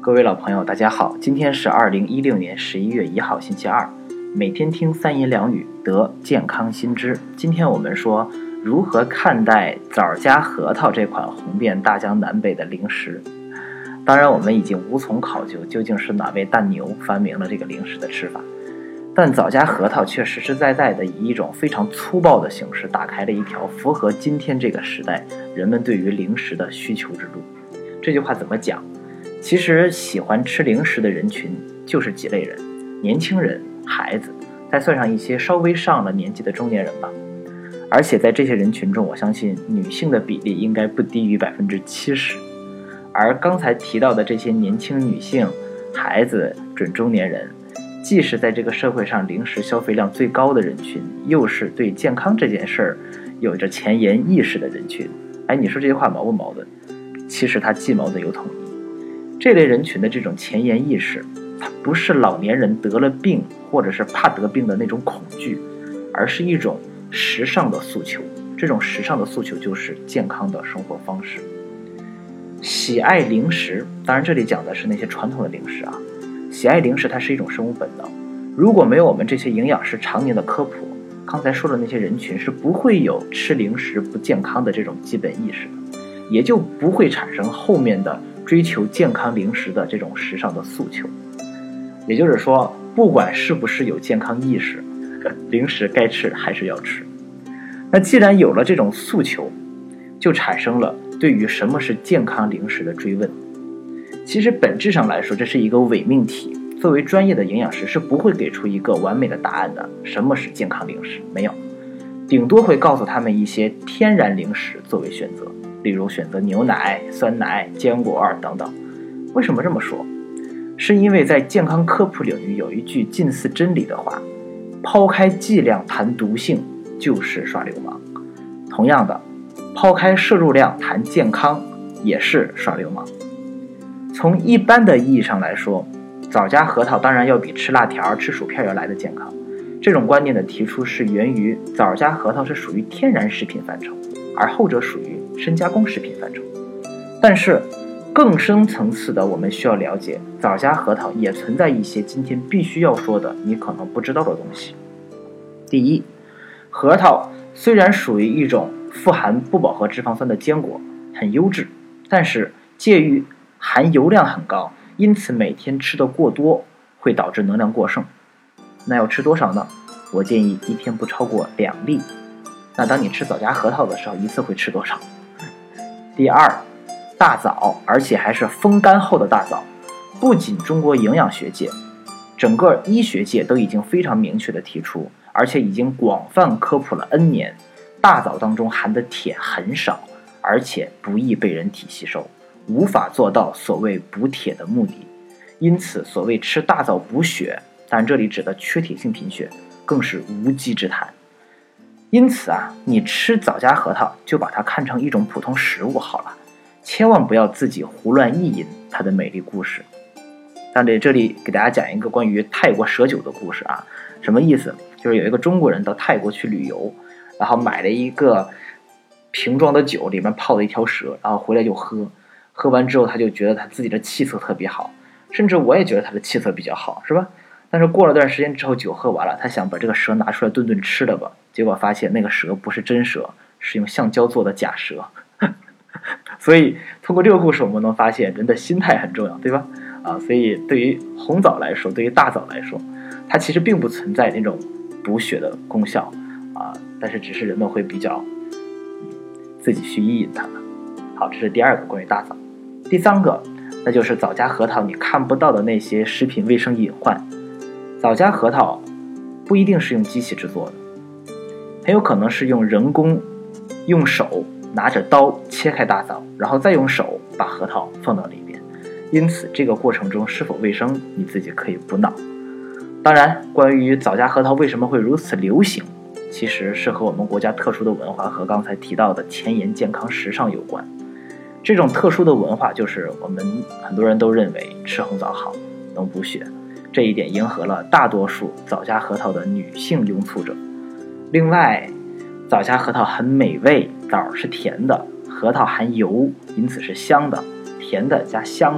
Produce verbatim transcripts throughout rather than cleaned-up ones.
各位老朋友大家好，今天是二零一六年十一月一号星期二，每天听三言两语得健康新知。今天我们说如何看待枣加核桃这款红遍大江南北的零食。当然我们已经无从考究究竟是哪位大牛发明了这个零食的吃法，但枣加核桃却实实在在的以一种非常粗暴的形式打开了一条符合今天这个时代人们对于零食的需求之路。这句话怎么讲？其实喜欢吃零食的人群就是几类人：年轻人、孩子，再算上一些稍微上了年纪的中年人吧。而且在这些人群中，我相信女性的比例应该不低于百分之七十。而刚才提到的这些年轻女性、孩子、准中年人，既是在这个社会上零食消费量最高的人群，又是对健康这件事儿有着前沿意识的人群。哎，你说这句话矛不矛盾？其实它既矛盾又统一。这类人群的这种前沿意识，它不是老年人得了病或者是怕得病的那种恐惧，而是一种时尚的诉求。这种时尚的诉求就是健康的生活方式。喜爱零食，当然这里讲的是那些传统的零食啊。喜爱零食它是一种生物本能，如果没有我们这些营养师常年的科普，刚才说的那些人群是不会有吃零食不健康的这种基本意识的，也就不会产生后面的追求健康零食的这种时尚的诉求。也就是说，不管是不是有健康意识，零食该吃还是要吃。那既然有了这种诉求，就产生了对于什么是健康零食的追问。其实本质上来说，这是一个伪命题，作为专业的营养师是不会给出一个完美的答案的。什么是健康零食？没有，顶多会告诉他们一些天然零食作为选择，例如选择牛奶、酸奶、坚果等等。为什么这么说？是因为在健康科普领域有一句近似真理的话：抛开剂量谈毒性就是耍流氓。同样的，抛开摄入量谈健康也是耍流氓。从一般的意义上来说，枣加核桃当然要比吃辣条、吃薯片要来的健康。这种观念的提出是源于枣加核桃是属于天然食品范畴，而后者属于深加工食品范畴。但是更深层次的，我们需要了解枣加核桃也存在一些今天必须要说的你可能不知道的东西。第一，核桃虽然属于一种富含不饱和脂肪酸的坚果，很优质，但是介于含油量很高，因此每天吃的过多会导致能量过剩。那要吃多少呢？我建议一天不超过两粒。那当你吃枣加核桃的时候，一次会吃多少？第二，大枣，而且还是风干后的大枣。不仅中国营养学界，整个医学界都已经非常明确的提出，而且已经广泛科普了 N 年，大枣当中含的铁很少，而且不易被人体吸收，无法做到所谓补铁的目的。因此所谓吃大枣补血，当然这里指的缺铁性贫血，更是无稽之谈。因此啊，你吃枣加核桃就把它看成一种普通食物好了，千万不要自己胡乱意淫它的美丽故事。但这这里给大家讲一个关于泰国蛇酒的故事啊。什么意思？就是有一个中国人到泰国去旅游，然后买了一个瓶装的酒，里面泡了一条蛇，然后回来就喝。喝完之后他就觉得他自己的气色特别好，甚至我也觉得他的气色比较好，是吧？但是过了段时间之后，酒喝完了，他想把这个蛇拿出来顿顿吃了吧，结果发现那个蛇不是真蛇，是用橡胶做的假蛇。所以通过这个故事我们能发现人的心态很重要，对吧？啊，所以对于红枣来说，对于大枣来说，它其实并不存在那种补血的功效啊，但是只是人们会比较自己去意淫它们。好，这是第二个关于大枣。第三个，那就是枣加核桃你看不到的那些食品卫生隐患。枣加核桃不一定是用机器制作的，很有可能是用人工用手拿着刀切开大枣，然后再用手把核桃放到里边。因此这个过程中是否卫生，你自己可以补脑。当然，关于枣加核桃为什么会如此流行，其实是和我们国家特殊的文化和刚才提到的前沿健康时尚有关。这种特殊的文化就是我们很多人都认为吃红枣好，能补血，这一点迎合了大多数枣加核桃的女性拥簇者。另外，枣加核桃很美味，枣是甜的，核桃含油，因此是香的，甜的加香的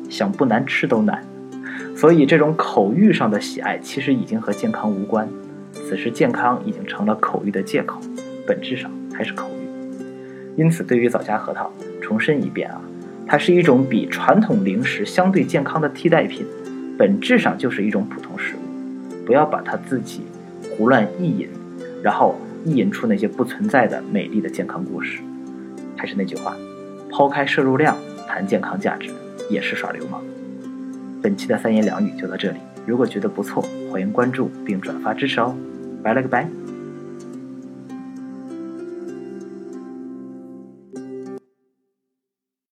想不难吃都难。所以这种口欲上的喜爱其实已经和健康无关，此时健康已经成了口欲的借口，本质上还是口欲。因此对于枣夹核桃，重申一遍啊，它是一种比传统零食相对健康的替代品，本质上就是一种普通食物。不要把它自己胡乱意淫，然后意淫出那些不存在的美丽的健康故事。还是那句话，抛开摄入量谈健康价值也是耍流氓。本期的三言两语就到这里，如果觉得不错，欢迎关注并转发支持哦，拜了个拜。